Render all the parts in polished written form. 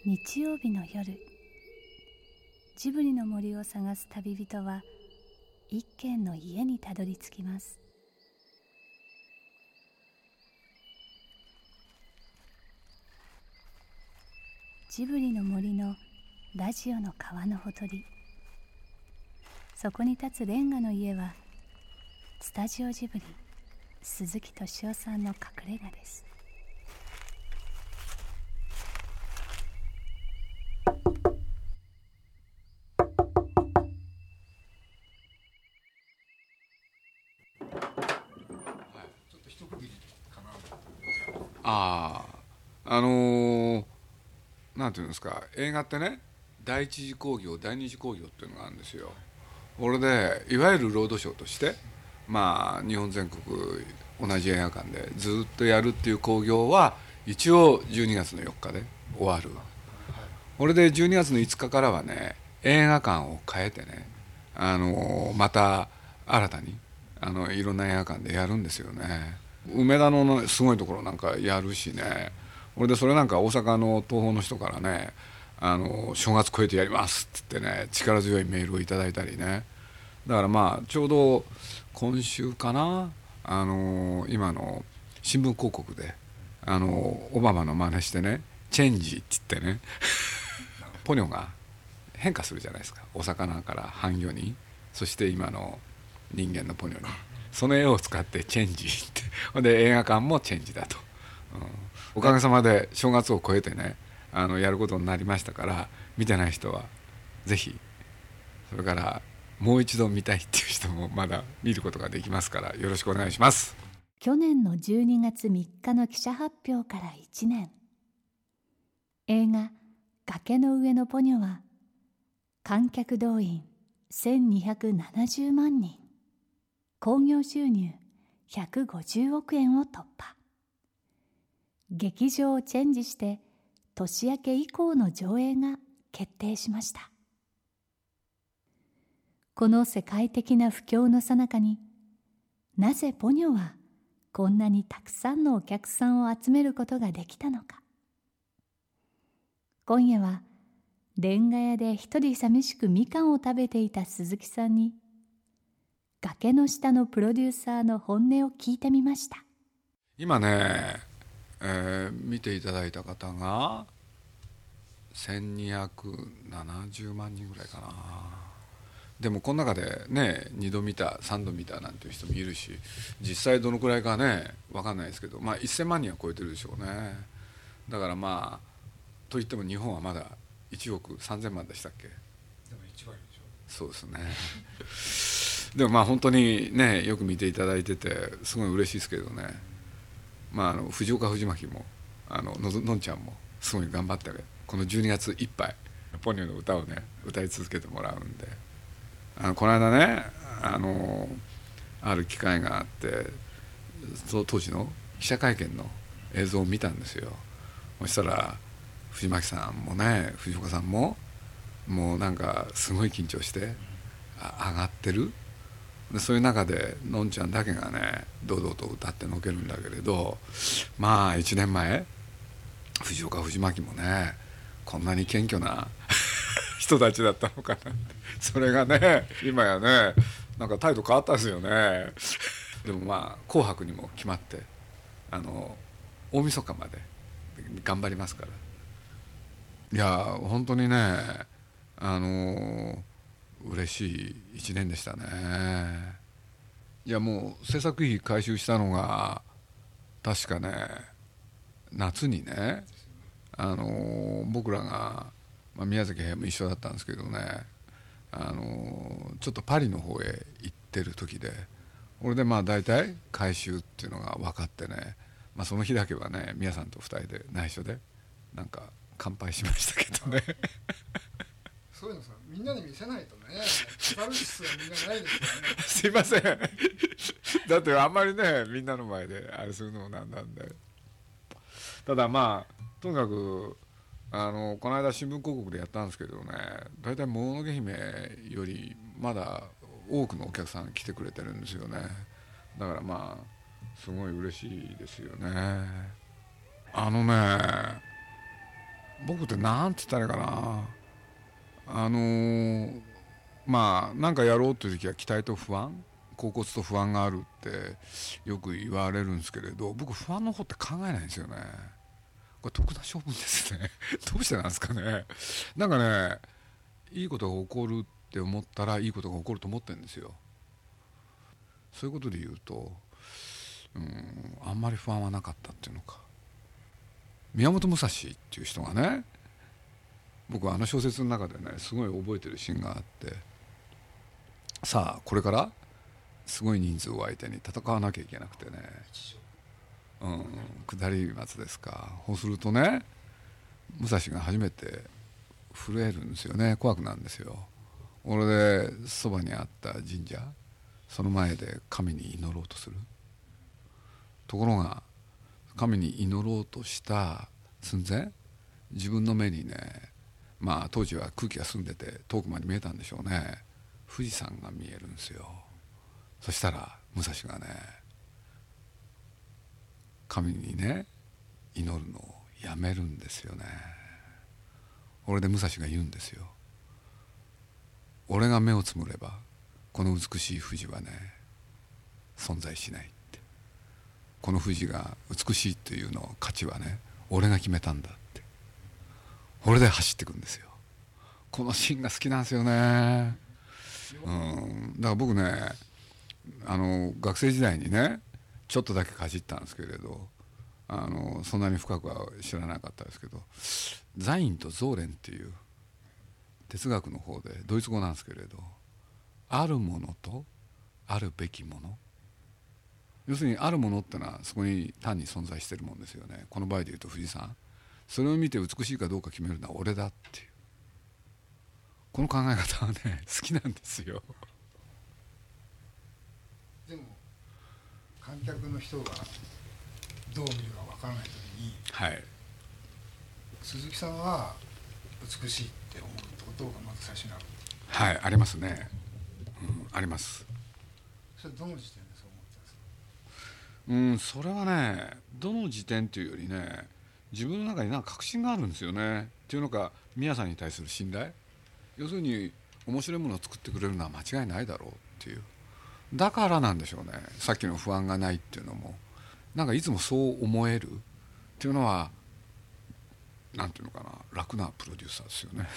日曜日の夜、ジブリの森を探す旅人は一軒の家にたどり着きます。ジブリの森のラジオの川のほとり、そこに立つレンガの家はスタジオジブリ鈴木敏夫さんの隠れ家です。 なんていうんですか、映画ってね、第一次興行第二次興行っていうのがあるんですよ。これでいわゆるロードショーとして、日本全国同じ映画館でずっとやるっていう興行は一応12月の4日で終わる。これで12月の5日からはね、映画館を変えてね、また新たにいろんな映画館でやるんですよね。梅田のすごいところなんかやるしね。これでそれなんか大阪の東宝の人からね、正月超えてやりますって言ってね、力強いメールをいただいたりね。だからちょうど今週かな、今の新聞広告でオバマの真似してね、チェンジって言ってねポニョが変化するじゃないですか、お魚から半魚に、そして今の人間のポニョに、その絵を使ってチェンジってほんで映画館もチェンジだと、おかげさまで正月を超えてねやることになりましたから、見てない人はぜひ、それからもう一度見たいっていう人もまだ見ることができますから、よろしくお願いします。 去年の12月3日の記者発表から1年、映画崖の上のポニョは観客動員1270万人、興行収入150億円を突破。劇場をチェンジして年明け以降の上映が決定しました。この世界的な不況の最中に、なぜポニョはこんなにたくさんのお客さんを集めることができたのか。今夜はレンガ屋で一人寂しくみかんを食べていた鈴木さんに、崖の下のプロデューサーの本音を聞いてみました。 今ね、見ていただいた方が1270万人ぐらいかな。でもこの中でね、2度見た3度見たなんていう人もいるし、実際どのくらいかね分かんないですけど、1000万人は超えてるでしょうね。だからといっても日本はまだ1億3000万でしたっけ。でも1割でしょ。そうですねでも本当にね、よく見ていただいててすごい嬉しいですけどね。藤岡藤巻ものんちゃんもすごい頑張ってこの12月いっぱいポニョの歌をね歌い続けてもらうんで、この間ねある機会があって、当時の記者会見の映像を見たんですよ。そしたら藤巻さんもね藤岡さんももうなんかすごい緊張して上がってる。でそういう中でのんちゃんだけがね堂々と歌ってのけるんだけれど、1年前藤岡藤巻もねこんなに謙虚な人たちだったのかなって、それがね今やねなんか態度変わったんですよねでも紅白にも決まって大晦日まで頑張りますから。いや本当にね嬉しい1年でしたね。いやもう制作費回収したのが確かね夏にね、僕らが、宮崎駿も一緒だったんですけどね、ちょっとパリの方へ行ってる時で、これで大体回収っていうのが分かってね、その日だけはね宮さんと2人で内緒でなんか乾杯しましたけどねそういうのさみんなに見せないとね、カタルシスはみんなないですよねすいませんだってあんまりねみんなの前であれするのもなんなんで。ただとにかくこの間新聞広告でやったんですけどね、大体もののけ姫よりまだ多くのお客さん来てくれてるんですよね。だからすごい嬉しいですよね。 僕ってなんて言ったらいいかな、まあなんかやろうという時は期待と不安、恍惚と不安があるってよく言われるんですけれど、僕不安の方って考えないんですよね。これ得な処分ですねどうしてなんですかね。なんかね、いいことが起こるって思ったらいいことが起こると思ってるんですよ。そういうことで言うと、あんまり不安はなかったっていうのか。宮本武蔵っていう人がね、僕はあの小説の中でねすごい覚えてるシーンがあって、さあこれからすごい人数を相手に戦わなきゃいけなくてね、下り松ですか。そうするとね、武蔵が初めて震えるんですよね。怖くなるんですよ。俺でそばにあった神社、その前で神に祈ろうとする。ところが神に祈ろうとした寸前、自分の目にね、まあ当時は空気が澄んでて遠くまで見えたんでしょうね、富士山が見えるんですよ。そしたら武蔵がね、神にね祈るのをやめるんですよね。俺で武蔵が言うんですよ。俺が目をつむればこの美しい富士はね存在しないって。この富士が美しいっていうの価値はね俺が決めたんだって。俺で走ってくんですよ。このシーンが好きなんですよね。だから僕ね、学生時代にねちょっとだけかじったんですけれど、そんなに深くは知らなかったですけど、ザインとゾーレンっていう哲学の方でドイツ語なんですけれど、あるものとあるべきもの、要するにあるものってのはそこに単に存在しているものですよね。この場合でいうと富士山、それを見て美しいかどうか決めるのは俺だっていう、この考え方はね好きなんですよ。 でも観客の人がどう見るかわからない時に、 はい、 鈴木さんは美しいって思うってことがまず最初にある。 はい、ありますね、あります。 それどの時点でそう思ってたんですか。 それはねどの時点というよりね、自分の中になんか確信があるんですよね。っていうのか、宮さんに対する信頼、要するに面白いものを作ってくれるのは間違いないだろうっていう、だからなんでしょうね。さっきの不安がないっていうのもなんかいつもそう思えるっていうのは、なんていうのかな、楽なプロデューサーですよね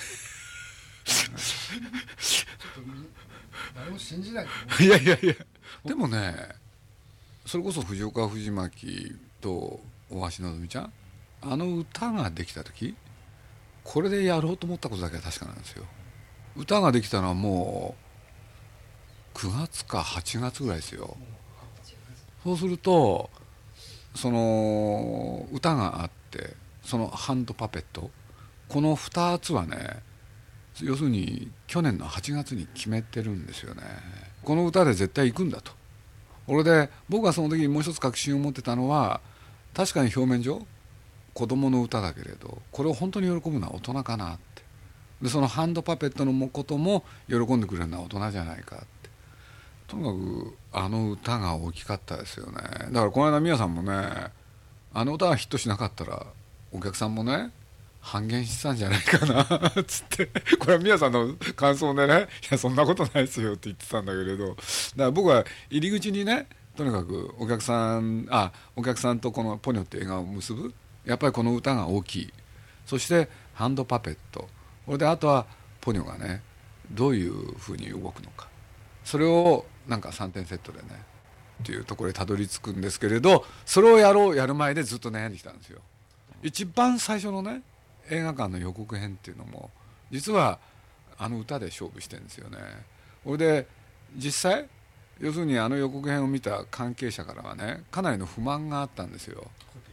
ちょっと誰も信じないと思う。 いやいやいや、でもね、それこそ藤岡藤巻と大橋のぞみちゃん、あの歌ができた時、これでやろうと思ったことだけは確かなんですよ。歌ができたのはもう9月か8月ぐらいですよ。そうするとその歌があって、そのハンドパペット、この2つはね、要するに去年の8月に決めてるんですよね。この歌で絶対行くんだと。俺で僕がその時にもう一つ確信を持ってたのは、確かに表面上子供の歌だけれど、これを本当に喜ぶのは大人かなって。でそのハンドパペットのことも喜んでくれるのは大人じゃないかって。とにかくあの歌が大きかったですよね。だからこの間宮さんもね、あの歌がヒットしなかったらお客さんもね半減してたんじゃないかなつってこれは宮さんの感想でね、いやそんなことないですよって言ってたんだけれど、だから僕は入り口にね、とにかくお客さんとこのポニョって映画を結ぶ、やっぱりこの歌が大きい、そしてハンドパペット、これであとはポニョがねどういうふうに動くのか、それをなんか3点セットでねっていうところへたどり着くんですけれど、それをやる前でずっと悩んできたんですよ。一番最初のね映画館の予告編っていうのも実はあの歌で勝負してるんですよね。これで実際要するにあの予告編を見た関係者からはねかなりの不満があったんですよ。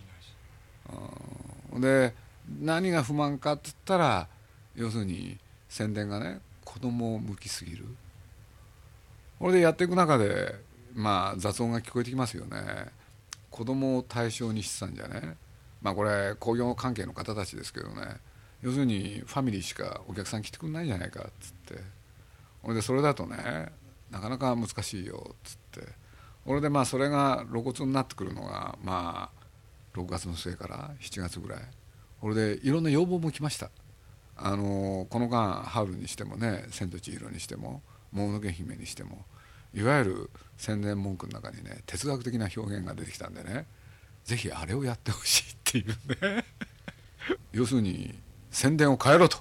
で何が不満かって言ったら、要するに宣伝がね子供向きすぎる。これでやっていく中でまあ雑音が聞こえてきますよね。子供を対象にしてたんじゃね、まあこれ工業関係の方たちですけどね、要するにファミリーしかお客さん来てくれないんじゃないかっつって、俺でそれだとねなかなか難しいよっつって、俺でまあそれが露骨になってくるのがまあ6月の末から7月ぐらい、 これでいろんな要望も来ました。この間ハウルにしてもね、千と千尋にしてももののけ姫にしても、いわゆる宣伝文句の中にね哲学的な表現が出てきたんでね、ぜひあれをやってほしいっていうね要するに宣伝を変えろと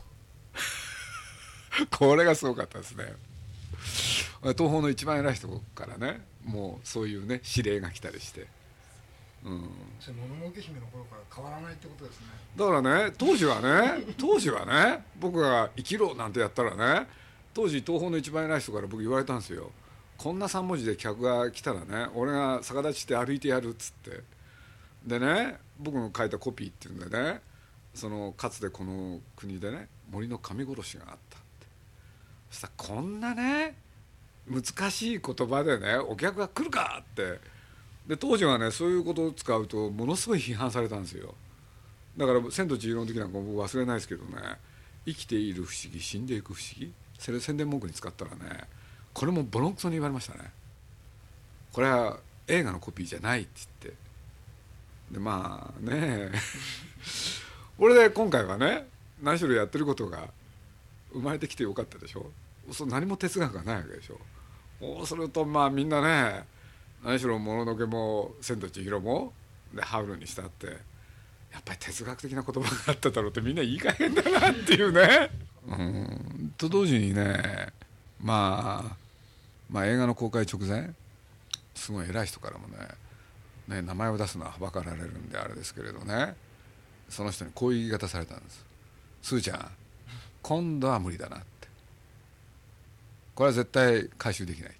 これがすごかったですね。東宝の一番偉い人からね、もうそういうね指令が来たりして、 それもののけ姫の頃から変わらないってことですね。 だからね当時はね僕が生きろなんてやったらね、当時東宝の一番偉い人から僕言われたんですよ。こんな3文字で客が来たらね、俺が逆立ちして歩いてやるっつって。でね、僕の書いたコピーっていうんでね、かつてこの国でね森の神殺しがあったって。そしたらこんなね難しい言葉でねお客が来るかって。で当時はねそういうことを使うとものすごい批判されたんですよ。だから千と千尋の時なんか僕忘れないですけどね、生きている不思議死んでいく不思議、それ宣伝文句に使ったらね、これもボロクソに言われましたね。これは映画のコピーじゃないって言って。でまあねこれで今回はね何しろやってることが生まれてきてよかったでしょ。何も哲学がないわけでしょ。そうするとまあみんなね、何しろもののけも千と千尋もでハウルにしたってやっぱり哲学的な言葉があっただろうってみんないい加減だなっていうねと同時にね、まあ映画の公開直前すごい偉い人からもね名前を出すのははばかられるんであれですけれどね、その人にこういう言い方されたんです。すーちゃん今度は無理だなって、これは絶対回収できないって。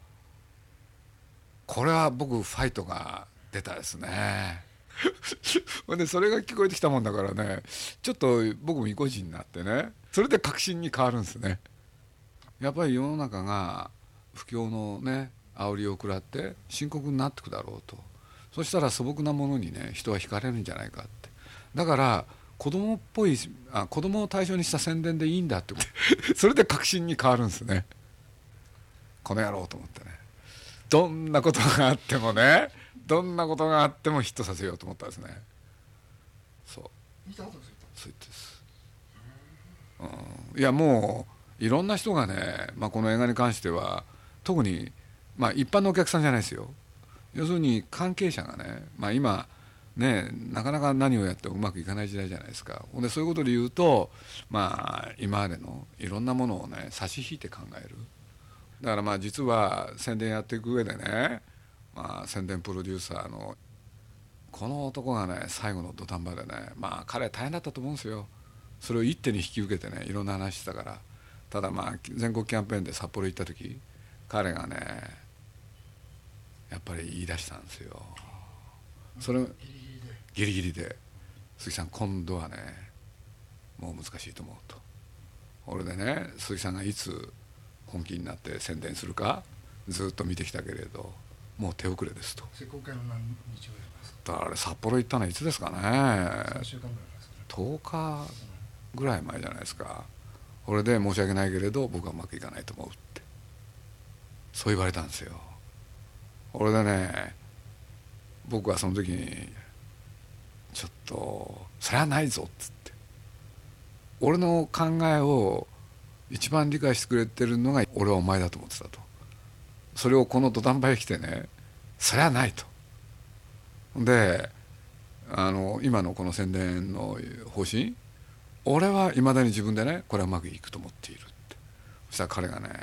これは僕ファイトが出たですねでそれが聞こえてきたもんだからね、ちょっと僕も意固地になってね、それで確信に変わるんですね。やっぱり世の中が不況のね煽りを食らって深刻になってくだろうと。そしたら素朴なものにね人は惹かれるんじゃないかって。だから子供を対象にした宣伝でいいんだってそれで確信に変わるんですね。この野郎と思ってね、どんなことがあってもね、どんなことがあってもヒットさせようと思ったんですね。そう見た後ですよ。 そうです、いやもういろんな人がね、この映画に関しては特に、一般のお客さんじゃないですよ。要するに関係者がね、今ねなかなか何をやってもうまくいかない時代じゃないですか。でそういうことで言うと、今までのいろんなものをね差し引いて考える。だから実は宣伝やっていく上でね、宣伝プロデューサーのこの男がね最後の土壇場でね、彼は大変だったと思うんですよ。それを一手に引き受けてねいろんな話してたから。ただ全国キャンペーンで札幌行った時、彼がねやっぱり言い出したんですよ。それギリギリで鈴木さん今度はねもう難しいと思うと。俺でね鈴木さんがいつ本気になって宣伝するかずっと見てきたけれどもう手遅れですと。 施工会の何日ぐらいですか。 だからあれ札幌行ったのはいつですかね。 3週間ぐらいですかね。 10日ぐらい前じゃないですか。これで申し訳ないけれど僕はうまくいかないと思うってそう言われたんですよ。俺でね僕はその時にちょっとそれはないぞっつって、俺の考えを一番理解してくれてるのが俺はお前だと思ってたと。それをこの土壇場へ来てねそれはないと。で今のこの宣伝の方針俺はいまだに自分でねこれはうまくいくと思っているって。そしたら彼がね、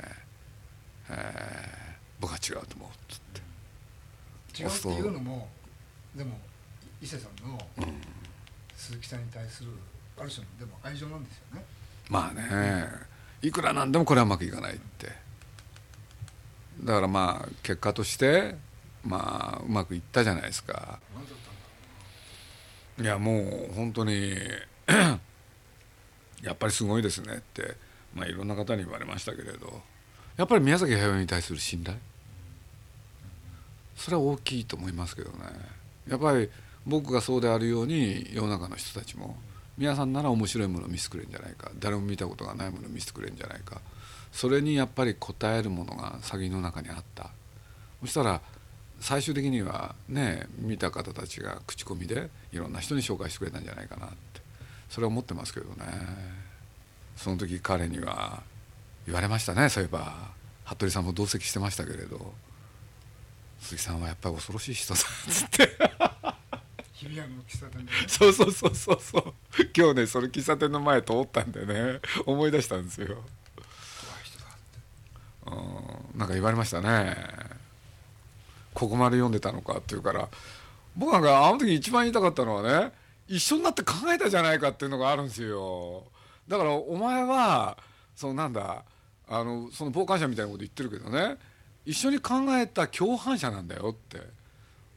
僕は違うと思うっつって違うっていうのもでも伊勢さんの鈴木さんに対するある種のでも愛情なんですよね。 いくらなんでもこれはうまくいかないって。だから結果としてうまくいったじゃないですか。いやもう本当にやっぱりすごいですねっていろんな方に言われましたけれど、やっぱり宮崎駿に対する信頼それは大きいと思いますけどね。やっぱり僕がそうであるように世の中の人たちも皆さんなら面白いものを見せてくれるんじゃないか、誰も見たことがないものを見せてくれるんじゃないか、それにやっぱり応えるものが作品の中にあった。そしたら最終的にはね見た方たちが口コミでいろんな人に紹介してくれたんじゃないかなって。 それは思ってますけどね。その時彼には言われましたね。そういえば服部さんも同席してましたけれど、鈴木さんはやっぱり恐ろしい人だっつって日比谷の喫茶店で、ね、 そう今日ねその喫茶店の前通ったんでね思い出したんですよ。 怖い人だって、 なんか言われましたね。ここまで読んでたのかって言うから、僕なんかあの時一番言いたかったのはね、一緒になって考えたじゃないかっていうのがあるんですよ。だからお前はそのなんだその傍観者みたいなこと言ってるけどね、一緒に考えた共犯者なんだよって、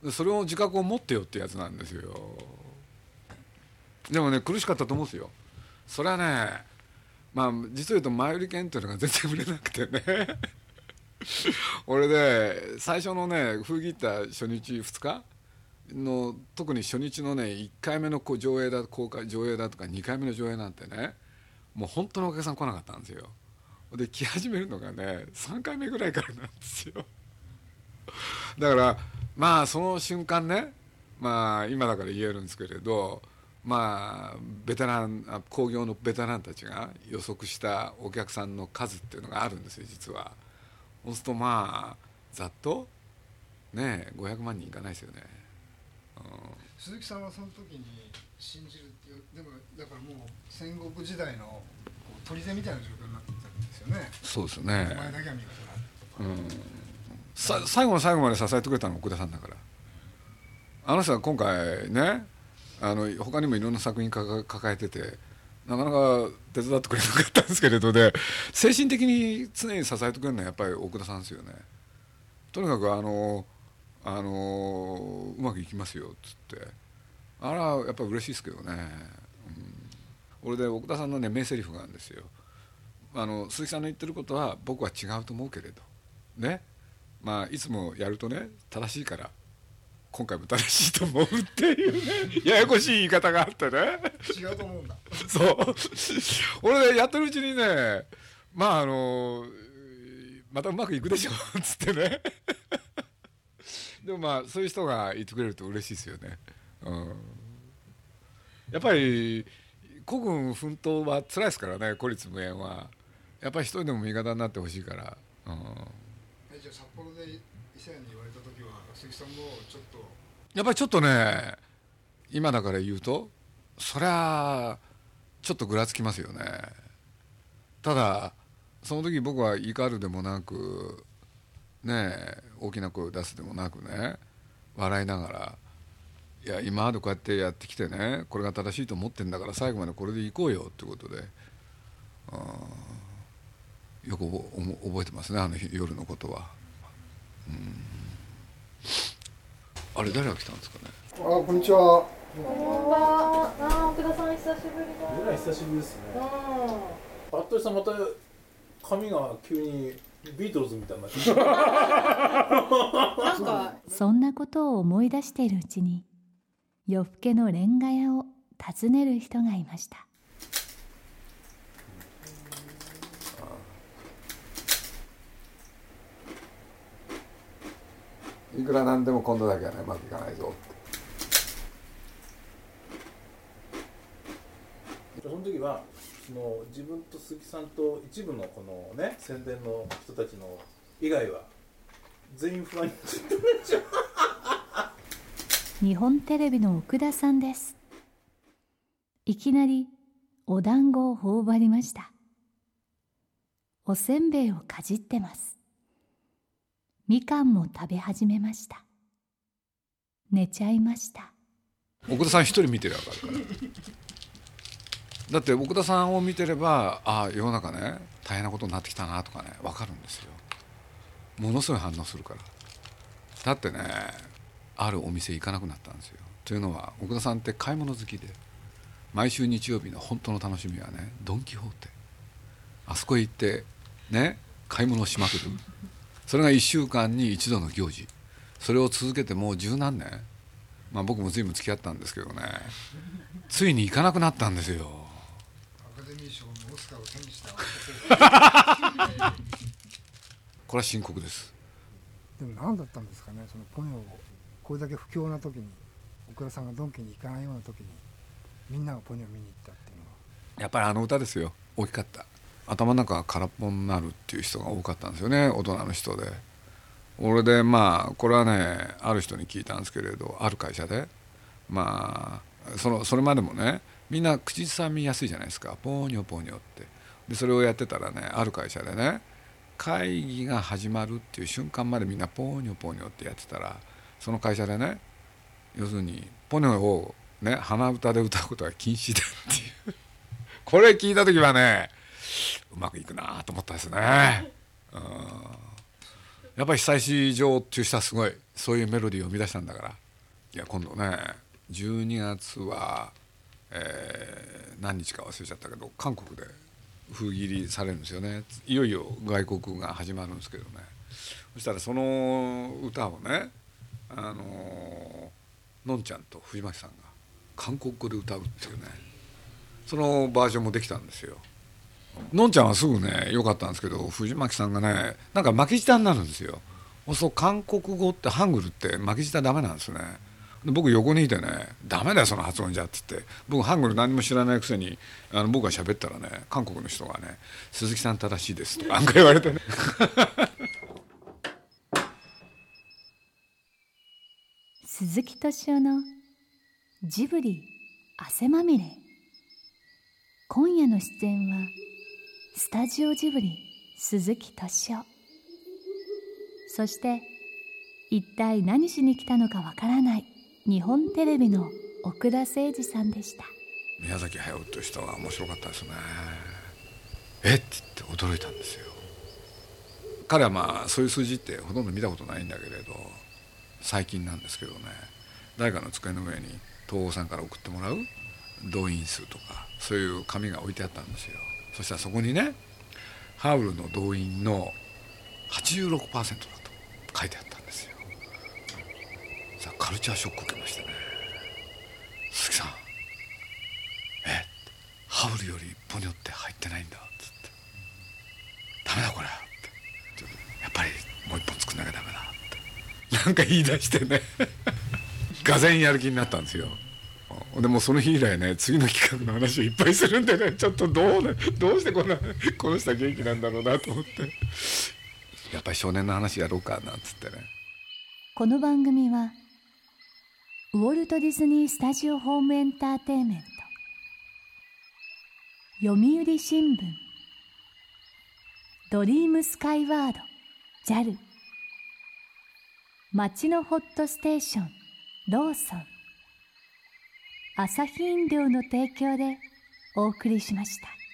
それを自覚を持ってよってやつなんですよ。でもね苦しかったと思うんですよ。それはね、まあ実を言うと前売り券っていうのが全然売れなくてね俺で最初のね封切った初日2日の特に初日のね1回目の上映だ公開上映だとか2回目の上映なんてね、もう本当のお客さん来なかったんですよ。で来始めるのがね3回目ぐらいからなんですよ。だからまあその瞬間ね、まあ今だから言えるんですけれど、まあベテラン興行のベテランたちが予測したお客さんの数っていうのがあるんですよ実は。そうするとまあざっとね500万人いかないですよね。 鈴木さんはその時に信じるっていう、でもだからもう戦国時代の砦みたいな状況になってたんですよね。 そうですね。 お前だけは味方だ、 最後の最後まで支えてくれたのは奥田さんだから。あの人は今回ね他にもいろんな作品抱えててなかなか手伝ってくれなかったんですけれどで、精神的に常に支えてくれるのはやっぱり奥田さんですよね。とにかくうまくいきますよっつって、あれはやっぱり嬉しいですけどね。俺で奥田さんのね名台詞があるんですよ。鈴木さんの言ってることは僕は違うと思うけれどね、まあいつもやるとね正しいから今回も正しいと思うっていうねややこしい言い方があってね違うと思うんだそう俺ねやってるうちにねまあまたうまくいくでしょっつってねでもまあそういう人が言ってくれると嬉しいですよね。やっぱり孤軍奮闘は辛いですからね。孤立無援はやっぱり一人でも味方になってほしいから。 じゃあ札幌で伊勢谷に言われた時は鈴木さんもちょっとやっぱりちょっとね今だから言うとそりゃちょっとぐらつきますよね。ただその時僕は怒るでもなくね大きな声を出すでもなくね笑いながら、いや今までこうやってやってきてねこれが正しいと思ってんだから最後までこれでいこうよってことで、よく覚えてますねあの日夜のことは。あれ誰が来たんですかね。 こんにちは。 こんばんは。奥田さん久しぶりだ。 えらい久しぶりですね。服部さんまた髪が急にビートルズみたいになってなんかそんなことを思い出しているうちに夜更けのレンガ屋を訪ねる人がいました。 いくらなんでも今度だけはねうまくいかないぞって。 その時は自分と鈴木さんと一部のこのね宣伝の人たちの以外は全員不安になっちゃったんですよ。 日本テレビの奥田さんです。いきなりお団子を頬張りました。おせんべいをかじってます。みかんも食べ始めました。寝ちゃいました。 奥田さん一人見てれば分かるからだって奥田さんを見てれば世の中ね大変なことになってきたなとかね分かるんですよ。ものすごい反応するから。だってねあるお店行かなくなったんですよ。というのは奥田さんって買い物好きで毎週日曜日の本当の楽しみはねドン・キホーテ、あそこへ行ってね買い物をしまくる。それが1週間に1度の行事。それを続けてもう十何年、まあ僕も随分付き合ったんですけどねついに行かなくなったんですよ。 アカデミー賞のオスカーを手にしたこれは深刻です。 でも何だったんですかね、そのポニョをこれだけ不況な時に奥田さんがドンキに行かないような時にみんながポニョを見に行ったっていうやっぱりあの歌ですよ。大きかった。頭の中が空っぽになるっていう人が多かったんですよね、大人の人で。俺でまあこれはねある人に聞いたんですけれど、ある会社でまあそれまでもねみんな口ずさみやすいじゃないですか、ポーニョポーニョって。でそれをやってたらね、ある会社でね、会議が始まるっていう瞬間までみんなポーニョポーニョってやってたら、その会社でね、要するにポニョをね鼻歌で歌うことは禁止だっていうこれ聞いた時はね、うまくいくなと思ったですね。やっぱり久石譲っていう人はすごいそういうメロディーを生み出したんだから。いや今度ね12月は、何日か忘れちゃったけど韓国で封切りされるんですよね。いよいよ外国が始まるんですけどね。そしたらその歌をねのんちゃんと藤巻さんが韓国語で歌うっていうね、そのバージョンもできたんですよ。のんちゃんはすぐね良かったんですけど、藤巻さんがねなんか巻き舌になるんですよ。そう韓国語ってハングルって巻き舌ダメなんですね。で僕横にいてね、ダメだよその発音じゃって言って、僕ハングル何も知らないくせに僕が喋ったらね、韓国の人がね鈴木さん正しいですとか言われてね鈴木敏夫のジブリ汗まみれ。今夜の出演はスタジオジブリ鈴木敏夫、そして一体何しに来たのかわからない日本テレビの奥田誠二さんでした。 宮崎駿という人は面白かったですね。えって言って驚いたんですよ。彼はまあそういう数字ってほとんど見たことないんだけれど、最近なんですけどね、誰かの机の上に東宝さんから送ってもらう動員数とかそういう紙が置いてあったんですよ。そしたらそこにね、ハウルの動員の 86% だと書いてあったんですよ。さあカルチャーショック受けましたね。鈴木さんハウルよりポニョって入ってないんだっつって、ダメだこれってやっぱりもう一本作んなきゃダメだってなんか言い出してねがぜんやる気になったんですよ。でもその日以来ね、次の企画の話をいっぱいするんでね、ちょっとどうしてこの人は元気なんだろうなと思って、やっぱり少年の話やろうかなんつってね。 この番組はウォルト・ディズニー・スタジオ・ホーム・エンターテインメント、読売新聞、ドリームスカイワード JAL、 町のホットステーションローソン、アサヒ飲料の提供でお送りしました。